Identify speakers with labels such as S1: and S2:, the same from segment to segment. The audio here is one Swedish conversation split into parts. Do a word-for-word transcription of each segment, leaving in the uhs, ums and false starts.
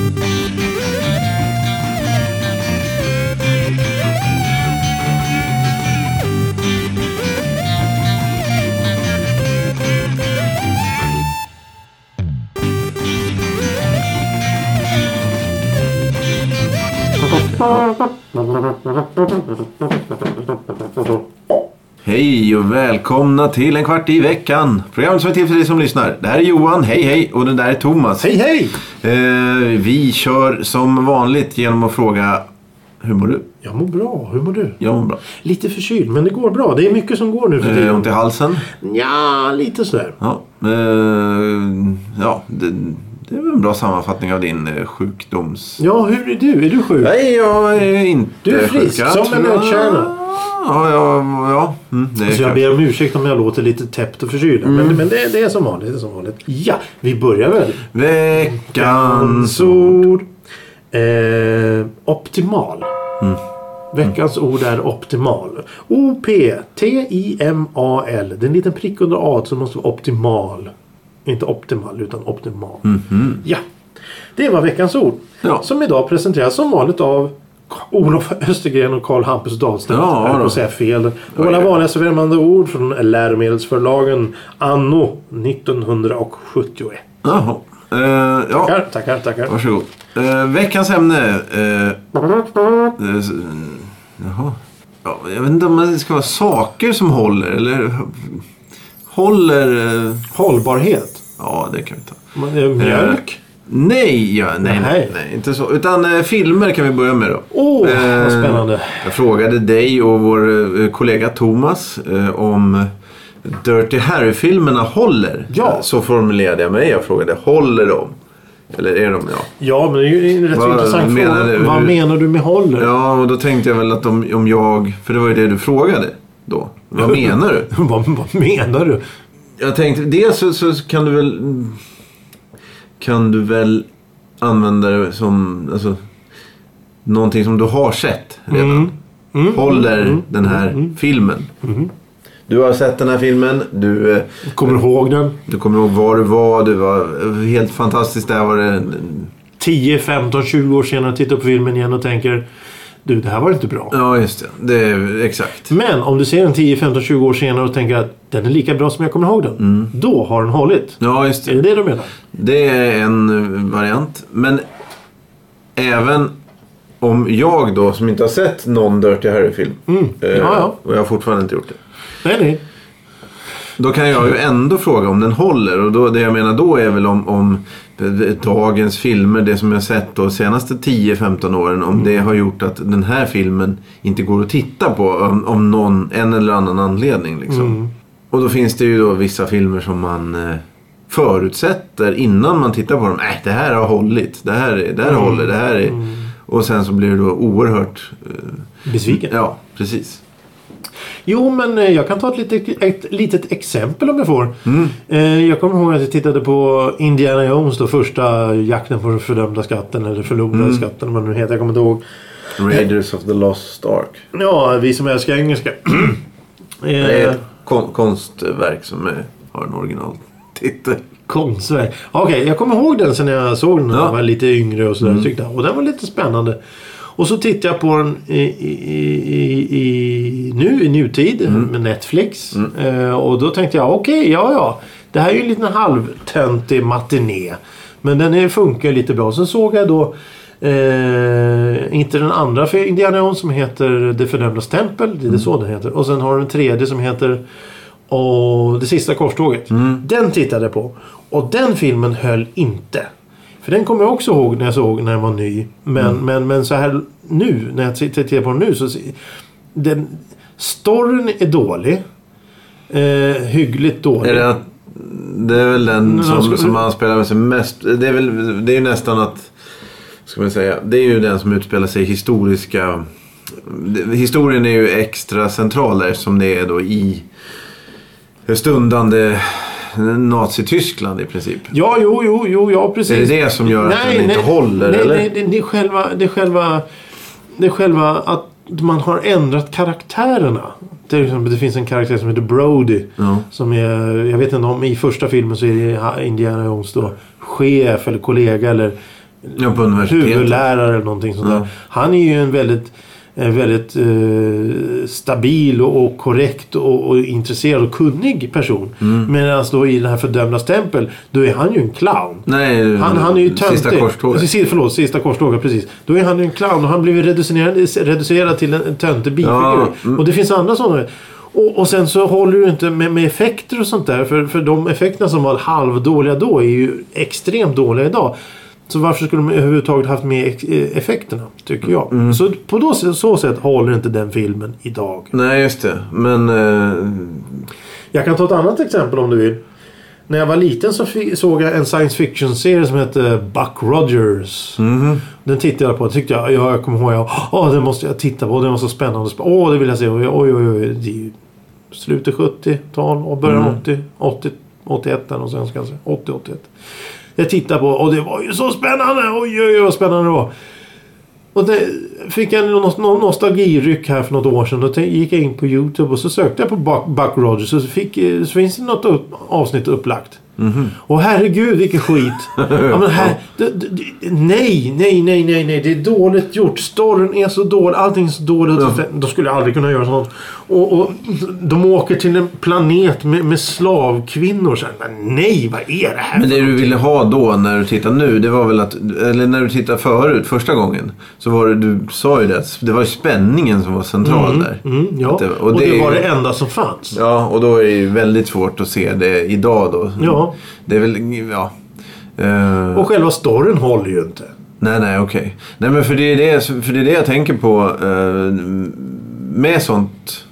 S1: Hej och välkomna till En kvart i veckan. Programmet som är till för dig som lyssnar. Det här är Johan, hej hej. Och den där är Thomas.
S2: Hej hej!
S1: eh, Vi kör som vanligt genom att fråga: hur mår du?
S2: Jag mår bra, hur mår du?
S1: Jag mår bra.
S2: Lite förkyld, men det går bra. Det är mycket som går nu för tiden.
S1: eh, Ont i halsen?
S2: Ja, lite sådär.
S1: Ja, eh, ja det, det är en bra sammanfattning av din eh, sjukdoms...
S2: Ja, hur är du? Är du sjuk?
S1: Nej, jag är inte
S2: Du är frisk,
S1: sjuk.
S2: som en nötkärna.
S1: Ja, ja, ja. Mm, det är
S2: alltså jag ber om ursäkt om jag låter lite täppt och förkyld. Mm. Men, men det, det är som vanligt, det är som vanligt. Ja, vi börjar väl.
S1: Veckans ord.
S2: Eh, optimal.
S1: Mm.
S2: Veckans ord är optimal. O P T I M A L. Det är en liten prick under A som måste vara optimal. Inte optimal utan optimal.
S1: Mm-hmm.
S2: Ja, det var veckans ord.
S1: Ja.
S2: Som idag presenteras som vanligt av Olof Östergren och Karl Hampus Dahlstedt.
S1: Ja,
S2: jag
S1: då.
S2: får säga fel. Våra vanligaste främmande ord från läromedelsförlagen anno nittonhundrasjuttioett.
S1: Jaha. Uh, ja.
S2: Tackar, tackar, tackar.
S1: Varsågod. Uh, veckans ämne. Uh, uh, jaha. Ja, jag vet inte om det ska vara saker som håller. Eller håller... Uh,
S2: Hållbarhet.
S1: ja, det kan vi ta.
S2: Men, mjölk.
S1: Uh, nej, ja, nej, nej, nej, inte så. Utan uh, filmer kan vi börja med då.
S2: Åh, oh, vad spännande.
S1: Jag frågade dig och vår uh, kollega Thomas uh, om Dirty Harry-filmerna håller.
S2: Ja.
S1: Så formulerade jag mig. Jag frågade, håller de? Eller är de, ja.
S2: Ja, men det är ju en rätt
S1: Vad
S2: intressant
S1: menar
S2: fråga.
S1: du?
S2: Vad menar du med håller?
S1: Ja, och då tänkte jag väl att om, om jag... För det var ju det du frågade då. Vad menar du?
S2: vad, vad menar du?
S1: Jag tänkte, dels så, så kan du väl... Kan du väl använda det som... Alltså, någonting som du har sett redan.
S2: Mm. Mm.
S1: Håller
S2: mm.
S1: den här
S2: mm.
S1: filmen.
S2: Mm.
S1: Du har sett den här filmen. Du
S2: kommer ihåg den.
S1: Du kommer ihåg var du var. Du var helt fantastiskt. Där var det...
S2: tio, femton, tjugo år senare tittar på filmen igen och tänker... Du, det här var inte bra.
S1: Ja, just det. Det är exakt.
S2: Men om du ser den tio, femton, tjugo år senare och tänker att den är lika bra som jag kommer ihåg den. Mm. Då har den hållit.
S1: Ja, just det.
S2: Är det det du menar?
S1: Det är en variant. Men även om jag då, som inte har sett någon Dirty Harry-film.
S2: Mm. Ja, ja.
S1: Och jag har fortfarande inte gjort det.
S2: Nej, nej.
S1: Då kan jag ju ändå fråga om den håller. Och då, det jag menar då är väl om, om dagens filmer, det som jag sett de senaste tio femton åren, om mm. det har gjort att den här filmen inte går att titta på om, om någon, en eller annan anledning. Liksom. Mm. Och då finns det ju då vissa filmer som man eh, förutsätter innan man tittar på dem. Nej, det här har hållit. Det här, det här mm. håller. Det här är... Mm. Och sen så blir det då oerhört... Eh,
S2: besviken.
S1: Ja, precis.
S2: Jo, men jag kan ta ett litet, ett litet exempel om jag får. Mm. Jag kommer ihåg att jag tittade på Indiana Jones då, första jakten på den fördömda skatten eller förlorade mm. skatten, vad nu heter, jag kommer inte ihåg.
S1: Raiders of the Lost Ark.
S2: Ja, vi som älskar engelska.
S1: Det är ett kon- konstverk som är, har en originaltitel.
S2: Konstverk. Okej, okay, jag kommer ihåg den sen jag såg den när
S1: ja.
S2: jag var lite yngre och sådär.
S1: Mm.
S2: Tyckte jag. Och den var lite spännande. Och så tittar jag på den i, i, i, i, nu i nutid mm. med Netflix. Mm. Eh, och då tänkte jag, okej, okay, ja ja. Det här är ju en liten halvtöntig matiné. Men den är, funkar lite bra. Sen såg jag då eh, inte den andra för Indiana Jones som heter Det fördömdas tempel. Det är mm. så den heter. Och sen har du en tredje som heter och Det sista korståget. Mm. Den tittade jag på. Och den filmen höll inte. För den kommer jag också ihåg när jag såg när den var ny. Men, mm. men, men så här nu, när jag tittar på den nu så... Den, storyn är dålig. Eh, hyggligt dålig.
S1: Är det, det är väl den som, ska, som man spelar med sig mest... Det är väl det är ju nästan att... Ska man säga, det är ju den som utspelar sig historiska... Historien är ju extra central där som det är då i stundande... Nazi-Tyskland i princip.
S2: Ja, jo, jo, jo, ja, precis.
S1: Är det det som gör nej, att den inte
S2: nej,
S1: håller,
S2: nej,
S1: eller?
S2: Nej, det, det är själva, det är själva, det är själva att man har ändrat karaktärerna. Till exempel, det finns en karaktär som heter Brody. Ja. Som är, jag vet inte om i första filmen så är det Indiana Jones då chef eller kollega eller
S1: ja, på
S2: huvudlärare eller någonting sånt där. Ja. Han är ju en väldigt en väldigt eh, stabil och, och korrekt och, och intresserad och kunnig person. Mm. Medan då i den här fördömda stämpel, då är han ju en clown.
S1: Nej,
S2: han, han är ju töntig.
S1: Sista korståget.
S2: Förlåt, sista korståget, precis. Då är han ju en clown och han blir reducerad, reducerad till en, en töntig bifigur. Ja. Mm. Och det finns andra sådana. Och, och sen så håller du inte med, med effekter och sånt där. För, för de effekterna som var halvdåliga då är ju extremt dåliga idag. Så varför skulle de överhuvudtaget haft med effekterna, tycker jag. Mm. Så på då, så sätt håller inte den filmen idag.
S1: Nej, just det. Men... Uh...
S2: Jag kan ta ett annat exempel om du vill. När jag var liten så f- såg jag en science fiction-serie som heter Buck Rogers. Mm. Den tittade jag på och tyckte jag, ja, jag kommer ihåg, jag, åh, den måste jag titta på. Den var så spännande. Åh, det vill jag se. Oj, oj, oj. Det är ju slutet sjuttiotal och början mm. åttio, åttio, åttioett och sen ska jag säga. åttio, åttioett. Jag tittade på och det var ju så spännande. Oj, oj, oj, vad spännande det var. Och det fick jag en nostalgiryck här för något år sedan. Då gick jag in på YouTube och så sökte jag på Buck, Buck Rogers. Och så, fick, så finns det något upp, avsnitt upplagt. Mm-hmm. Och herregud, vilken skit. Ja, men här, d- d- d- nej, nej, nej, nej, nej. Det är dåligt gjort. Storyn är så dålig. Allting är så dåligt. Ja. Då skulle jag aldrig kunna göra sånt. Och, och de åker till en planet med, med slavkvinnor. Så, men nej, vad är det här?
S1: Men det du ville ha då när du tittar nu, det var väl att, eller när du tittar förut första gången, så var det, du sa ju det, det var ju spänningen som var central mm, där.
S2: Mm, ja. Det, och, och det, det var det enda som fanns.
S1: Ja, och då är det ju väldigt svårt att se det idag då.
S2: Ja.
S1: Det är väl, ja. Uh...
S2: Och själva storyn håller ju inte.
S1: Nej, nej, okej. Okay. Nej, men för det är det, för det är det jag tänker på uh, med sånt.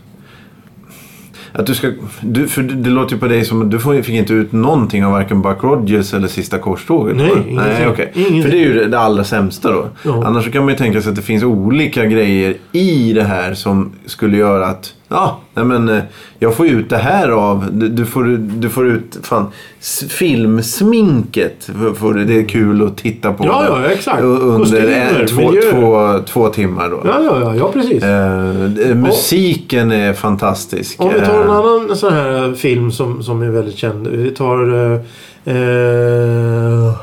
S1: Att du ska, du, för det, det låter ju på dig som att du får, fick inte ut någonting av varken Buck Rogers eller Sista korståget.
S2: Nej,
S1: nej, okej. Okay. För det är ju det, det allra sämsta då. Ja. Annars så kan man ju tänka sig att det finns olika grejer i det här som skulle göra att ja, nej men jag får ut det här av du, du får du får ut fan filmsminket för, för det är kul att titta på.
S2: Ja, ja, exakt.
S1: Under
S2: Kostymer,
S1: en, två, två, två timmar då.
S2: Ja, ja, ja, ja precis.
S1: Eh, musiken och, är fantastisk.
S2: Om vi tar en annan sån här film som, som är väldigt känd. Vi tar eh, eh,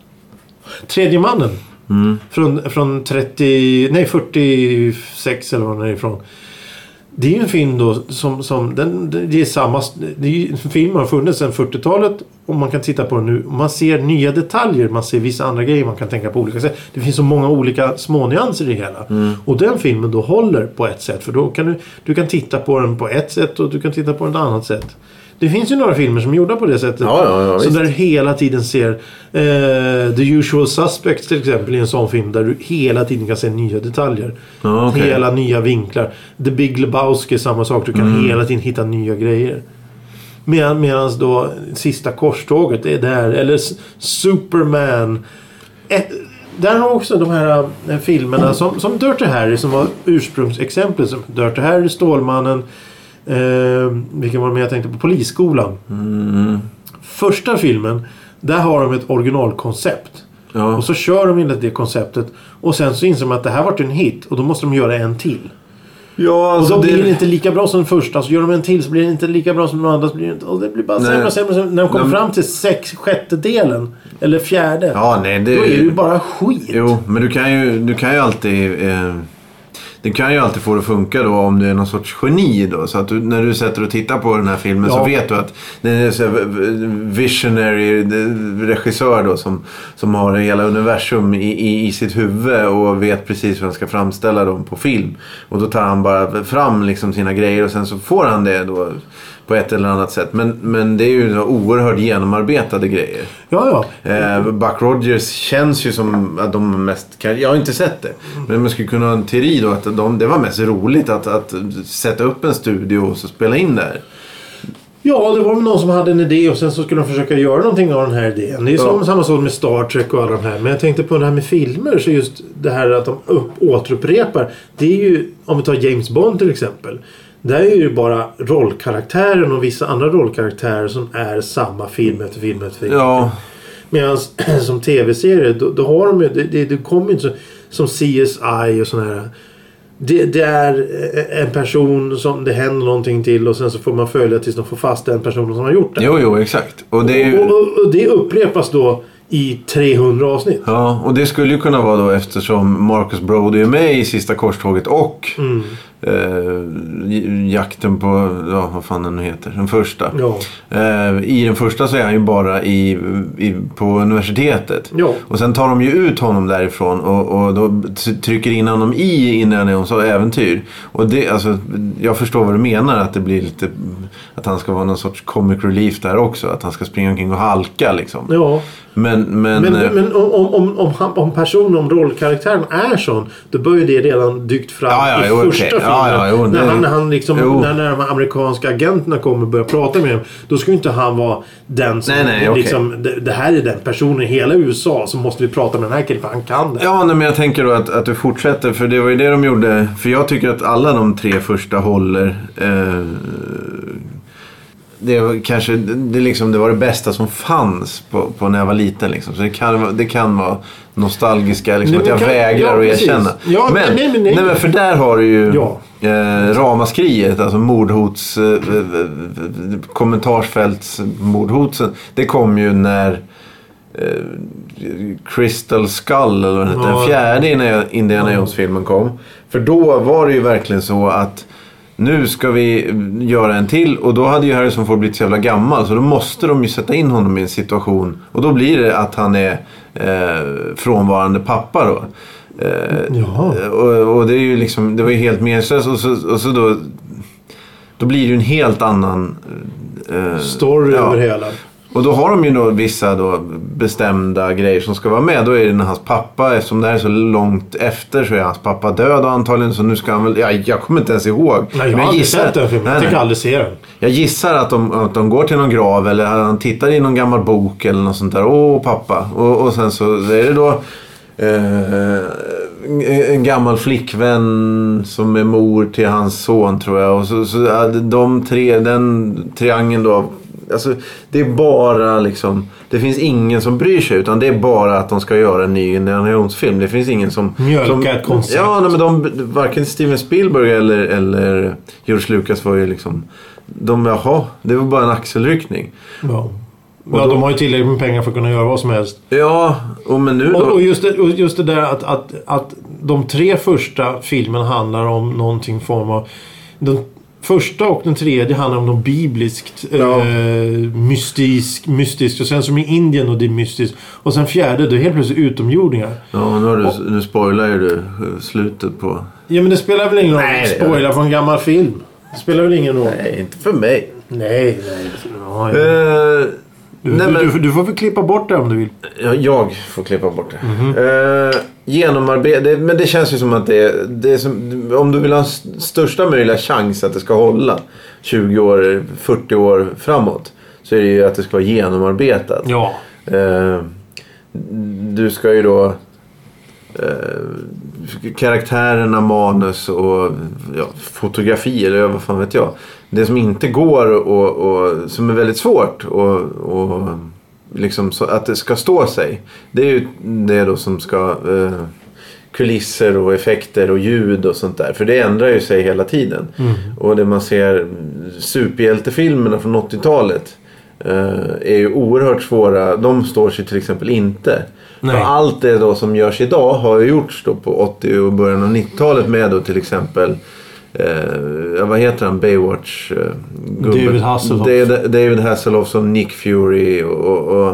S2: Tredje mannen. Mm. Från, från trettio, nej fyrtiosex eller vad det är ifrån. Det är ju en film då som, som den, det är samma, det är ju en film som har funnits sedan fyrtiotalet och man kan titta på den nu. Man ser nya detaljer, man ser vissa andra grejer man kan tänka på olika sätt. Det finns så många olika små nyanser i det hela. Mm. Och den filmen då håller på ett sätt, för då kan du, du kan titta på den på ett sätt och du kan titta på den på ett annat sätt. Det finns ju några filmer som är gjorda på det sättet.
S1: Ja, ja, ja,
S2: så där du hela tiden ser eh, The Usual Suspects till exempel i en sån film där du hela tiden kan se nya detaljer.
S1: Ja, okay.
S2: Hela nya vinklar. The Big Lebowski är samma sak. Du kan mm. hela tiden hitta nya grejer. Med, medans då Sista korståget är där. Eller Superman. Ett, där har också de här äh, filmerna som, som Dirty Harry som var ursprungsexemplet. Som Dirty Harry, Stålmannen. Eh, vilken var det med jag tänkte på? Polisskolan. Mm. Första filmen, där har de ett originalkoncept. Ja. Och så kör de in det konceptet. Och sen så inser de att det här varit en hit. Och då måste de göra en till.
S1: Ja, alltså
S2: och då
S1: det...
S2: blir det inte lika bra som den första. Så gör de en till så blir det inte lika bra som den andra. Så blir det inte... Och det blir bara sämre och sämre, sämre. När de kommer nej. fram till sex, sjätte delen. Eller fjärde.
S1: Ja, nej, det...
S2: Då är det ju bara skit.
S1: Jo, men du kan ju, du kan ju alltid... Eh... Det kan ju alltid få det att funka då om du är någon sorts geni då. Så att du, när du sätter och tittar på den här filmen ja. så vet du att det är en så visionary regissör då som, som har hela universum i, i, i sitt huvud och vet precis hur han ska framställa dem på film. Och då tar han bara fram liksom sina grejer och sen så får han det då på ett eller annat sätt. Men, men det är ju så oerhört genomarbetade grejer.
S2: Ja, ja.
S1: Eh, Buck Rogers känns ju som att de mest... Jag har inte sett det. Men man skulle kunna ha en teori då att de, det var mest roligt att, att sätta upp en studio och så spela in där.
S2: Ja, det var någon som hade en idé och sen så skulle de försöka göra någonting av den här idén. Det är som, ja. samma sak med Star Trek och alla de här. Men jag tänkte på det här med filmer, så just det här att de upp, återupprepar. Det är ju, om vi tar James Bond till exempel. Där är ju bara rollkaraktären och vissa andra rollkaraktärer som är samma film efter film efter film.
S1: Ja.
S2: Medan som tv-serie, då, då har de ju, det, det, det kommer inte så, som C S I och sådana här. Det, det är en person som det händer någonting till och sen så får man följa tills de får fast den personen som har gjort det.
S1: Jo, jo, exakt. Och det, är ju...
S2: och, och, och det upprepas då i trehundra avsnitt.
S1: Ja, och det skulle ju kunna vara då eftersom Marcus Brody är med i Sista korståget och
S2: Mm.
S1: eh, jakten på, ja vad fan den nu heter, den första.
S2: Ja.
S1: Eh, I den första så är han ju bara i, i, på universitetet.
S2: Ja.
S1: Och sen tar de ju ut honom därifrån och, och då trycker in honom i innan hon så äventyr. Och det, alltså, jag förstår vad du menar, att det blir lite, att han ska vara någon sorts comic relief där också. Att han ska springa omkring och halka liksom.
S2: Ja.
S1: Men, men,
S2: Men,
S1: eh,
S2: men om, om, om, han- om personen, om rollkaraktären är sån, då bör ju det redan dykt fram
S1: Ja, ja,
S2: i
S1: jo, okej.
S2: första filmen.
S1: Ja, ja, jo,
S2: när,
S1: det-
S2: han, när, han liksom,
S1: jo.
S2: när, när de amerikanska agenterna kommer och börjar prata med dem, då ska ju inte han vara den som...
S1: Nej, nej, okej.
S2: liksom, det, det här är den personen i hela U S A som måste vi prata med den här killen, för han kan det.
S1: Ja, nej, men jag tänker då att, att du fortsätter, för det var ju det de gjorde. För jag tycker att alla de tre första håller. Eh, det var kanske det, liksom, det var det bästa som fanns på, på när jag var liten. Liksom. Så det kan, vara- det kan vara nostalgiska, liksom,
S2: Nej,
S1: att jag
S2: men kan-
S1: vägrar
S2: ja,
S1: att
S2: precis.
S1: erkänna.
S2: Ja,
S1: men,
S2: nej, men nej.
S1: nej, men för där har du ju
S2: Ja.
S1: eh, ramaskriet, alltså mordhots, eh, eh, kommentarsfälts mordhotsen. Det kom ju när eh, Crystal Skull eller vad den heter,
S2: Ja.
S1: den fjärde Indiana Jones-filmen kom. För då var det ju verkligen så att nu ska vi göra en till, och då hade ju Harrison Ford blivit så jävla gammal, så då måste de ju sätta in honom i en situation, och då blir det att han är eh, frånvarande pappa då. Eh,
S2: Jaha.
S1: och, och det är ju liksom, det var ju helt meningslöst, och så, och så då då blir det ju en helt annan eh,
S2: Story
S1: ja.
S2: över hela.
S1: Och då har de ju då vissa då bestämda grejer som ska vara med. Då är det när hans pappa, eftersom det här är så långt efter, så är hans pappa död antagligen. Så nu ska han väl, ja, jag kommer inte ens ihåg.
S2: Nej, jag
S1: Men
S2: har aldrig
S1: gissar-
S2: sett den filmen.
S1: Nej,
S2: Jag tycker
S1: nej.
S2: aldrig se den.
S1: Jag gissar att de, att de går till någon grav eller han tittar i någon gammal bok eller något sånt där. Åh, pappa. Och, och sen så är det då eh, en gammal flickvän som är mor till hans son, tror jag. Och så, så ja, de tre, den triangeln då. Alltså, det är bara liksom, det finns ingen som bryr sig, utan det är bara att de ska göra en ny Indiana Jones-film. Det finns ingen som...
S2: Mjölka
S1: som,
S2: ett koncept.
S1: Ja, nej, men de, varken Steven Spielberg eller, eller George Lucas var ju liksom... De, jaha, det var bara en axelryckning.
S2: Ja. Ja, de har ju tillräckligt med pengar för att kunna göra vad som helst.
S1: Ja, och men nu då...
S2: Och, och, just det, och just det där att, att, att de tre första filmerna handlar om någonting form av... Den första och den tredje handlar om något bibliskt,
S1: Ja.
S2: eh, mystisk, mystiskt. Och sen som i Indien och det är mystiskt. Och sen fjärde, det är helt plötsligt utomjordingar.
S1: Ja, nu, har du, nu spoilar ju du slutet på...
S2: Ja, men det spelar väl ingen roll.
S1: Nej, det gör
S2: Spoiler från en gammal film. Det spelar väl ingen roll.
S1: Nej, inte för mig.
S2: Nej, nej. Ja, ja.
S1: Eh,
S2: Du,
S1: nej, men...
S2: du, du får väl klippa bort det om du vill.
S1: Ja, jag får klippa bort det.
S2: Mhm.
S1: Eh, genomarbete, men det känns ju som att det är, det är som, om du vill ha st- största möjliga chans att det ska hålla tjugo år, fyrtio år framåt, så är det ju att det ska vara genomarbetat.
S2: Ja.
S1: Eh, du ska ju då eh, karaktärerna, manus och ja, fotografi eller vad fan vet jag. Det som inte går och, och som är väldigt svårt och, och liksom så att det ska stå sig, det är ju det då som ska eh, kulisser och effekter och ljud och sånt där, för det ändrar ju sig hela tiden.
S2: Mm.
S1: Och det man ser superhjältefilmerna från åttiotalet eh, är ju oerhört svåra. De står sig till exempel inte.
S2: Nej.
S1: För allt det då som görs idag har ju gjorts då på åttio- och början av nittiotalet med då till exempel eh, vad heter han? Baywatch eh, gubben.
S2: David Hasselhoff.
S1: David, David Hasselhoff som Nick Fury och, och, och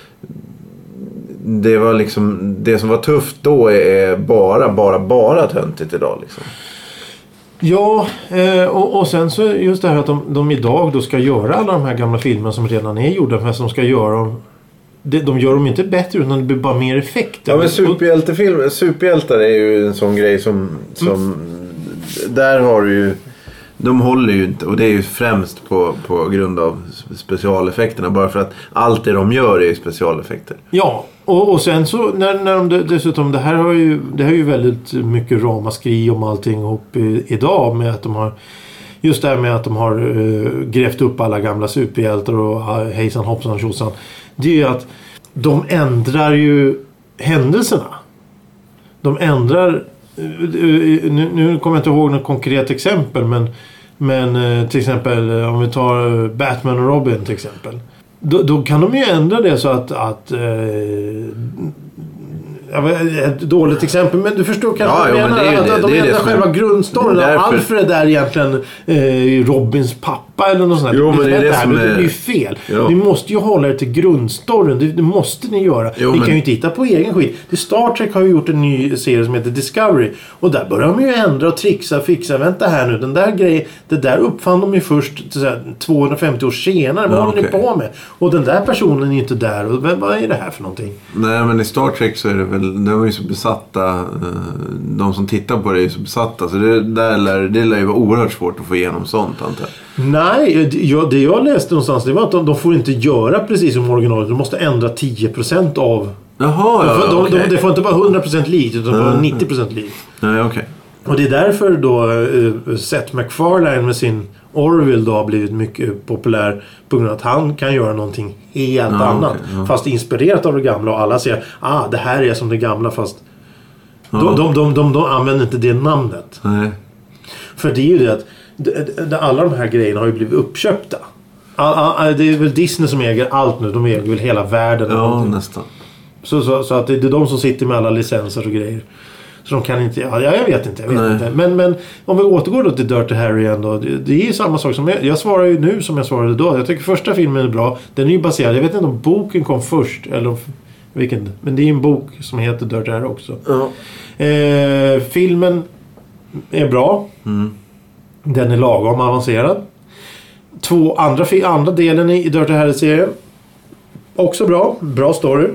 S1: det var liksom det som var tufft då är bara, bara, bara töntigt idag liksom.
S2: Ja, eh, och, och sen så just det här att de, de idag då ska göra alla de här gamla filmerna som redan är gjorda, men som ska göra dem, de, de gör dem inte bättre utan det blir bara mer effekt.
S1: Ja, men superhjältefilm, superhjältar är ju en sån grej som, som mm. där har du ju, de håller ju inte, och det är ju främst på, på grund av specialeffekterna, bara för att allt det de gör är ju specialeffekter.
S2: Ja, och, och sen så när, när de dessutom, det här har ju, det här är ju väldigt mycket ramaskri om allting ihop i, idag med att de har, just det här med att de har uh, grävt upp alla gamla superhjältar och uh, hejsan hoppsan tjosan. Det är ju att de ändrar ju händelserna. De ändrar, nu, nu kommer jag inte ihåg något konkret exempel, men, men till exempel om vi tar Batman och Robin till exempel. Då, då kan de ju ändra det så att... att eh, ett dåligt exempel, men du förstår kanske
S1: ja,
S2: vad jag menar.
S1: Det är
S2: att,
S1: det,
S2: att de
S1: det är
S2: ändrar
S1: det
S2: själva grundstoryn.
S1: därför...
S2: Alfred är egentligen eh, Robins pappa eller något sånt där.
S1: Jo, men det är det, det som
S2: är...
S1: är...
S2: Det är ju fel.
S1: Ja.
S2: Ni måste ju hålla er till grundstoryn. Det, det måste ni göra.
S1: Jo,
S2: ni
S1: men...
S2: kan ju inte hitta på egen skit. Det Star Trek har ju gjort en ny serie som heter Discovery. Och där börjar de ju ändra och trixa och fixa. Vänta här nu. Den där grejen, det där uppfann de ju först såhär, tvåhundrafemtio år senare. Vad ja, håller okay. ni på med? Och den där personen är ju inte där. Och vad är det här för någonting?
S1: Nej, men i Star Trek så är det väl... Det var ju så besatta... De som tittar på det är ju så besatta. Så det, där lär, det lär ju vara oerhört svårt att få igenom sånt, antar jag.
S2: Nej, jag, det jag läste någonstans det var att de, de får inte göra precis som originalet. De måste ändra tio procent av...
S1: Jaha, ja,
S2: de,
S1: okay.
S2: de, det får inte vara hundra procent likt utan mm. bara nittio procent likt.
S1: Nej, okej. Okay.
S2: Och det är därför då uh, Seth MacFarlane med sin Orville då har blivit mycket populär på grund av att han kan göra någonting helt ja, annat. Okay, ja. Fast inspirerat av det gamla och alla säger ah, det här är som det gamla fast ja. de, de, de, de, de använder inte det namnet.
S1: Nej.
S2: För det är ju det att det, det, alla de här grejerna har ju blivit uppköpta. All, all, det är väl Disney som äger allt nu. De äger väl hela världen.
S1: Ja, nästan.
S2: Så, så, så att det, det är de som sitter med alla licenser och grejer. Så de kan inte... Ja, jag vet inte. Jag vet inte. Men, men om vi återgår då till Dirty Harry ändå. Det, det är ju samma sak som... Jag, jag svarar ju nu som jag svarade då. Jag tycker första filmen är bra. Den är ju baserad... Jag vet inte om boken kom först. Eller om, vilken, men det är en bok som heter Dirty Harry också.
S1: Ja.
S2: Eh, filmen är bra.
S1: Mm.
S2: Den är lagom avancerad. Två andra, andra delen i Dirty Harry-serien. Också bra. Bra story.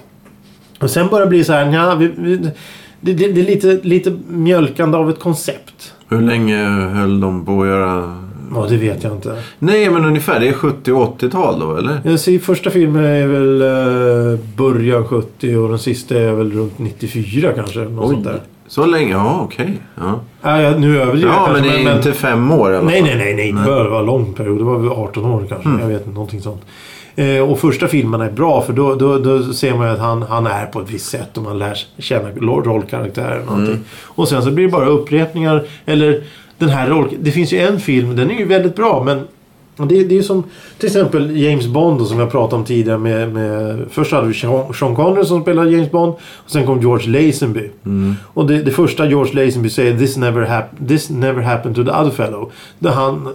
S2: Och sen börjar det bli så här... Nja, vi, vi, det, det, det är lite, lite mjölkande av ett koncept.
S1: Hur länge höll de på att göra...
S2: Ja, det vet jag inte.
S1: Nej, men ungefär. Det är sjuttio- och åttiotal då, eller?
S2: Jag ser, första filmen är väl uh, början sjuttio och den sista är väl runt nittiofyra kanske. Något
S1: Oj,
S2: sånt där.
S1: Så länge? Ja, okej. Okay. Ja.
S2: Ja, ja, nu överdriver
S1: ja,
S2: jag
S1: men det är
S2: men,
S1: inte fem år eller?
S2: Nej, nej, nej. nej. nej. Det var en lång period. Det var väl arton år kanske. Mm. Jag vet inte, någonting sånt. Eh, och första filmen är bra för då, då, då ser man att han, han är på ett visst sätt och man lär känna rollkaraktären. Mm. Och sen så blir det bara upprepningar. Eller den här roll... Det finns ju en film, den är ju väldigt bra men det, det är som till exempel James Bond som jag pratade om tidigare med, med först hade vi Sean, Sean Connery som spelade James Bond och sen kom George Lazenby.
S1: Mm.
S2: Och det, det första George Lazenby säger this never, hap- this never happened to the other fellow. Där han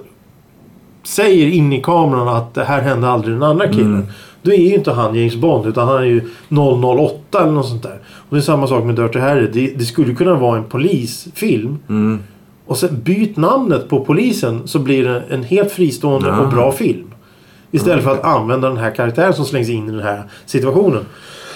S2: säger in i kameran att det här hände aldrig den andra killen. Mm. Då är ju inte han James Bond utan han är ju noll noll åtta eller något sånt där. Och det är samma sak med Dirty Harry. Det, det skulle kunna vara en polisfilm.
S1: Mm.
S2: Och sen byt namnet på polisen så blir det en helt fristående ja. och bra film. Istället för att använda den här karaktären som slängs in i den här situationen.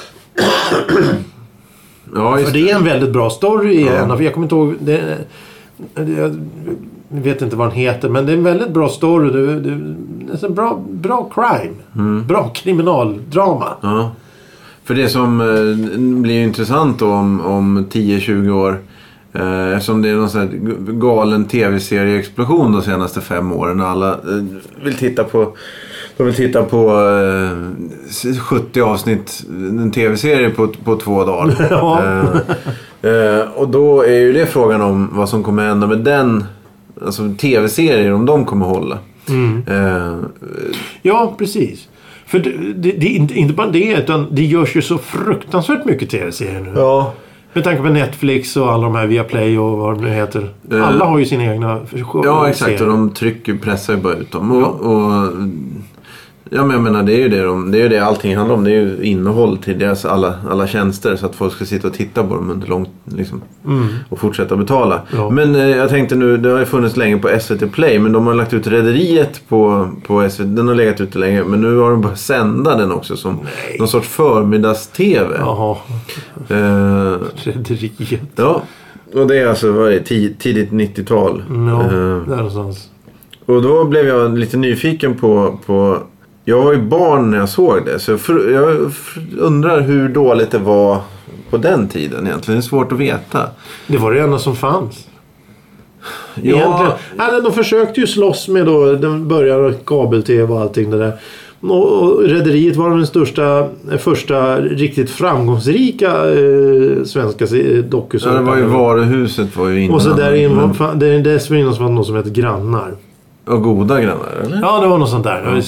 S1: Ja,
S2: för det är en väldigt bra story. Ja. Jag kommer inte ihåg... Det, jag vet inte vad den heter. Men det är en väldigt bra story. Det, det, det är en bra, bra crime.
S1: Mm.
S2: Bra kriminaldrama.
S1: Ja. För det som eh, blir intressant då om, om tio tjugo år... Eh, eftersom det är någon sån här galen tv-serie-explosion de senaste fem åren. Alla eh, vill titta på... De vill titta på eh, sjuttio avsnitt en tv-serie på, på två dagar.
S2: Ja.
S1: Eh, eh, och då är ju det frågan om vad som kommer hända med den, alltså tv-serier, om de kommer hålla.
S2: Mm.
S1: Eh,
S2: ja, precis. För det, det, det är inte, inte bara det, utan det görs ju så fruktansvärt mycket tv-serier nu.
S1: Ja.
S2: Med tanke på Netflix och alla de här Viaplay och vad det heter.
S1: Eh,
S2: alla har ju sina egna
S1: ja, exakt. Serier. Och de trycker, pressar ju bara ut dem. Och, ja. och ja, men jag menar, det är ju det, de, det är ju det allting handlar om. Det är ju innehåll till deras alla, alla tjänster så att folk ska sitta och titta på dem under långt liksom,
S2: mm.
S1: och fortsätta betala.
S2: Ja.
S1: Men eh, jag tänkte nu, det har ju funnits länge på S V T Play, men de har lagt ut Rederiet på, på S V T. Den har legat ute länge, men nu har de bara sända den också som
S2: Nej.
S1: någon sorts förmiddags-tv.
S2: Jaha.
S1: Eh,
S2: Rederiet.
S1: Ja, och det är alltså vad är det, tid, tidigt nittiotal.
S2: Ja,
S1: eh,
S2: där någonstans.
S1: Och då blev jag lite nyfiken på... på jag var ju barn när jag såg det. Så jag, för, jag undrar hur dåligt det var på den tiden egentligen. Det är svårt att veta.
S2: Det var det enda som fanns.
S1: Ja.
S2: Nej, de försökte ju slåss med då. Den började kabel-tv och allting det där. Och Rederiet var den största, första riktigt framgångsrika eh, svenska dokusåpor.
S1: Ja, det var ju Varuhuset var ju innan.
S2: Och så där in,
S1: men...
S2: var, dessförinnan så var det något som heter Grannar.
S1: Och goda grannar, eller?
S2: Ja, det var något sånt där. Ja.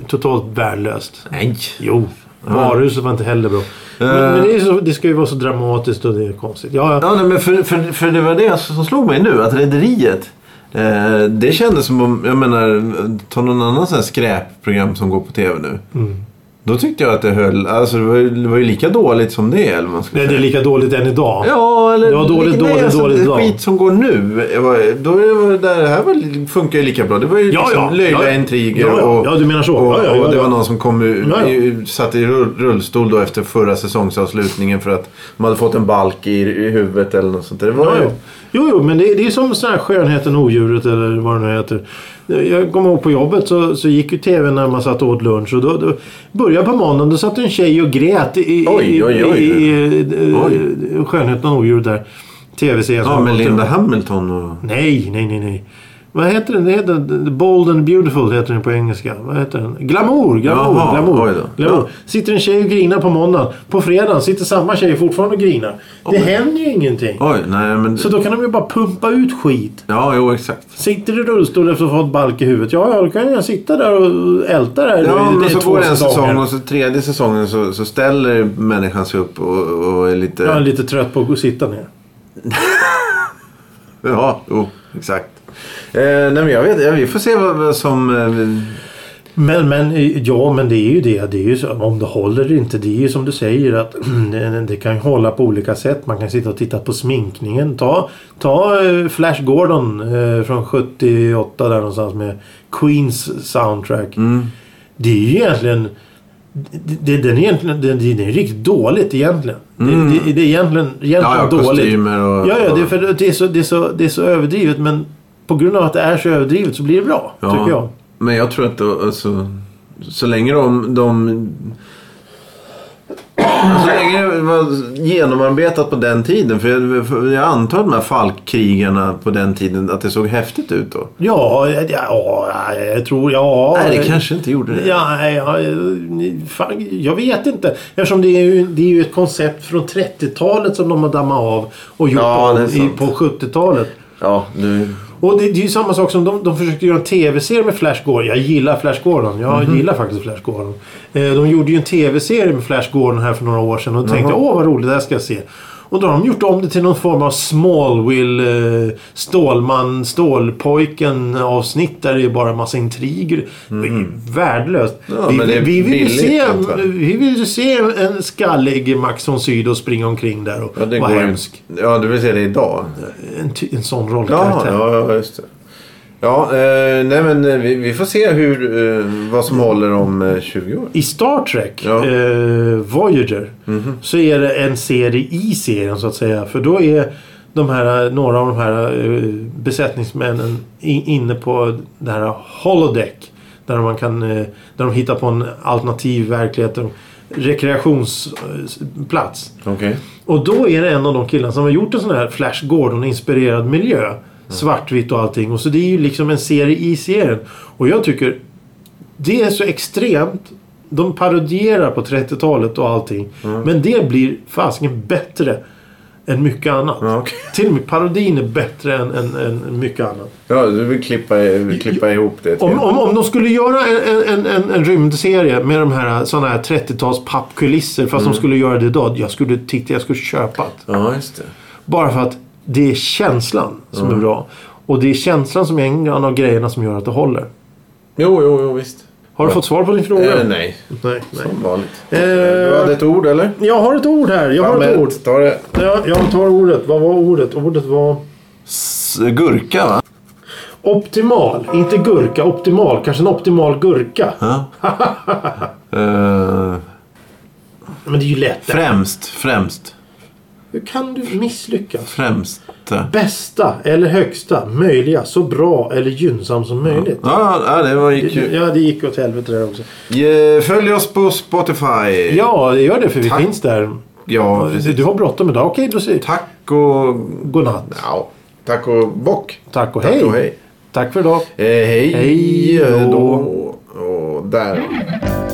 S2: totalt värdelöst.
S1: Nej.
S2: Jo, varuhuset var inte heller bra. Men, uh, men det, är så, det ska ju vara så dramatiskt och det är konstigt. Ja,
S1: ja nej, men för, för, för det var det som slog mig nu, att Rederiet, eh, det kändes som om, jag menar, ta någon annan sån här skräpprogram som går på tv nu. Mm. Då tyckte jag att det höll, alltså det var, det var ju lika dåligt som det, eller man ska
S2: Nej,
S1: säga.
S2: det är lika dåligt än idag.
S1: Ja, eller
S2: det var dåligt,
S1: nej,
S2: dåligt,
S1: alltså,
S2: dåligt idag.
S1: Skit som går nu, då är det, där, det här var, funkar ju lika bra. Det var ju
S2: ja,
S1: liksom
S2: ja,
S1: löjliga
S2: ja,
S1: intriger.
S2: Ja, ja,
S1: och,
S2: ja, du menar så.
S1: Och,
S2: ja, ja, ja,
S1: och det
S2: ja.
S1: var någon som kom
S2: ja, ja.
S1: satt i rullstol då efter förra säsongsavslutningen för att de hade fått en balk i, i huvudet eller något sånt. Det var
S2: ja,
S1: ju...
S2: ja. Jo, jo, men det, det är som sån här Skönheten och odjuret eller vad det nu heter. Jag kommer ihåg på jobbet så, så gick ju tvn när man satt och åt lunch och då, då började på måndagen, då satt en tjej och grät i,
S1: oj, oj, oj.
S2: i, i, i Skönheten och odjuret där. Tv-serien.
S1: Ja, med Linda Hamilton och...
S2: Nej, nej, nej, nej. Vad heter den? Det heter The Bold and Beautiful heter den på engelska. Vad heter den? Glamour, glamour,
S1: Jaha,
S2: glamour. glamour.
S1: Ja.
S2: Sitter en tjej och grinar på måndagen. På fredagen sitter samma tjej fortfarande och grinar. Det oh, händer ju ingenting.
S1: Oj, nej, men...
S2: Så då kan de ju bara pumpa ut skit.
S1: Ja, jo, exakt.
S2: Sitter i rullstol efter att ha fått balk i huvudet. Ja, ja, då kan jag sitta där och älta där.
S1: Ja,
S2: det,
S1: men
S2: det
S1: så går det en säsong och så tredje säsongen så, så ställer människan sig upp och, och är lite...
S2: Jag är lite trött på att sitta ner.
S1: Ja, jo, exakt. Eh, nej, men jag vet, ja, vi får se vad, vad som... Eh...
S2: Men, men, ja, men det är ju det. Det är ju så, om det håller inte, det är ju som du säger att det, det kan hålla på olika sätt. Man kan sitta och titta på sminkningen. Ta, ta uh, Flash Gordon uh, från sjuttioåtta där någonstans med Queens soundtrack.
S1: Mm.
S2: Det är ju egentligen... Det, den är egentligen det, det är riktigt dåligt egentligen. Mm. Det, det, det är egentligen, egentligen
S1: ja, ja,
S2: dåligt.
S1: Och,
S2: ja, ja, det är, för det, är så, det, är så, det är så överdrivet, men på grund av att det är så överdrivet så blir det bra, ja, tycker jag.
S1: Men jag tror att då, alltså, så länge de, de så länge det var genomarbetat på den tiden, för jag, för jag antar de här falkkrigarna på den tiden att det såg häftigt ut då.
S2: Ja, ja, jag tror, ja.
S1: Nej, det kanske inte gjorde det.
S2: Ja, ja fan, jag vet inte. Eftersom det är ju, det är ju ett koncept från trettiotalet som de har dammat av och gjort
S1: ja,
S2: i, på sjuttiotalet.
S1: Ja, nu...
S2: Och det, det är ju samma sak som de, de försökte göra en tv-serie med Flash Gordon. Jag gillar Flash Gordon. Jag mm-hmm. gillar faktiskt Flash Gordon. Eh, de gjorde ju en tv-serie med Flash Gordon här för några år sedan. Och mm-hmm. tänkte, åh vad roligt, det här ska jag se. Och då har de gjort om det till någon form av Smallville, eh, Stålman, Stålpojken avsnitt där det är bara en massa intriger. Mm. Värdelöst.
S1: Ja,
S2: vi, vi, vi, vill se, vi vill se en skallig Max von Sydow springa omkring där och
S1: ja,
S2: vara hemsk.
S1: Ja, du vill se det idag.
S2: En, ty, en sån rollkaraktär.
S1: Ja, ja, just det. Ja, eh, nej men vi, vi får se hur, eh, vad som håller om eh, tjugo år.
S2: I Star Trek,
S1: ja.
S2: eh, Voyager,
S1: mm-hmm.
S2: så är det en serie i serien så att säga. För då är de här, några av de här eh, besättningsmännen in, inne på det här holodeck. Där man kan, eh, där de hittar på en alternativ verklighet, en rekreationsplats.
S1: Okay.
S2: Och då är det en av de killarna som har gjort en sån här Flash Gordon-inspirerad miljö. Svartvitt och allting. Och så det är ju liksom en serie i serien. Och jag tycker det är så extremt. De parodierar på trettiotalet och allting. Mm. Men det blir fasiken bättre än mycket annat.
S1: Ja, okay.
S2: Till och med parodin är bättre än, än, än mycket annat.
S1: Ja, du vill klippa, vill klippa ihop det.
S2: Om, om, om de skulle göra en, en, en, en rymdserie med de här såna här trettio-tals pappkulisser, fast mm. de skulle göra det idag, jag skulle titta, jag skulle köpa det.
S1: Ja, just det.
S2: Bara för att det är känslan som
S1: mm.
S2: är bra. Och det är känslan som är en av grejerna som gör att det håller.
S1: Jo, jo, jo, visst.
S2: Har du
S1: ja.
S2: fått svar på din fråga?
S1: Eh, nej.
S2: Nej,
S1: som nej. vanligt.
S2: Eh,
S1: du hade ett ord, eller?
S2: Jag har ett ord här. Jag har ett ord.
S1: Ta det.
S2: Ja, jag tar ordet. Vad var ordet? Ordet var...
S1: S- gurka, va?
S2: Optimal. Inte gurka. Optimal. Kanske en optimal gurka.
S1: Ja. uh...
S2: Men det är ju lätt.
S1: Främst. Främst.
S2: Hur kan du misslyckas?
S1: Främst.
S2: Bästa eller högsta möjliga, så bra eller gynnsam som möjligt.
S1: Ja, ja det var gick ju.
S2: Ja, det gick åt helvete där också.
S1: Följ oss på Spotify.
S2: Ja, det gör det för vi
S1: Tack.
S2: finns där.
S1: Ja,
S2: precis. Du har bråttom idag. Okej, då säger
S1: tack och
S2: godnatt.
S1: Ja, tack och bock.
S2: Tack och
S1: tack
S2: hej.
S1: Och hej.
S2: Tack för idag.
S1: Eh, hej.
S2: Hej då.
S1: då. Och där.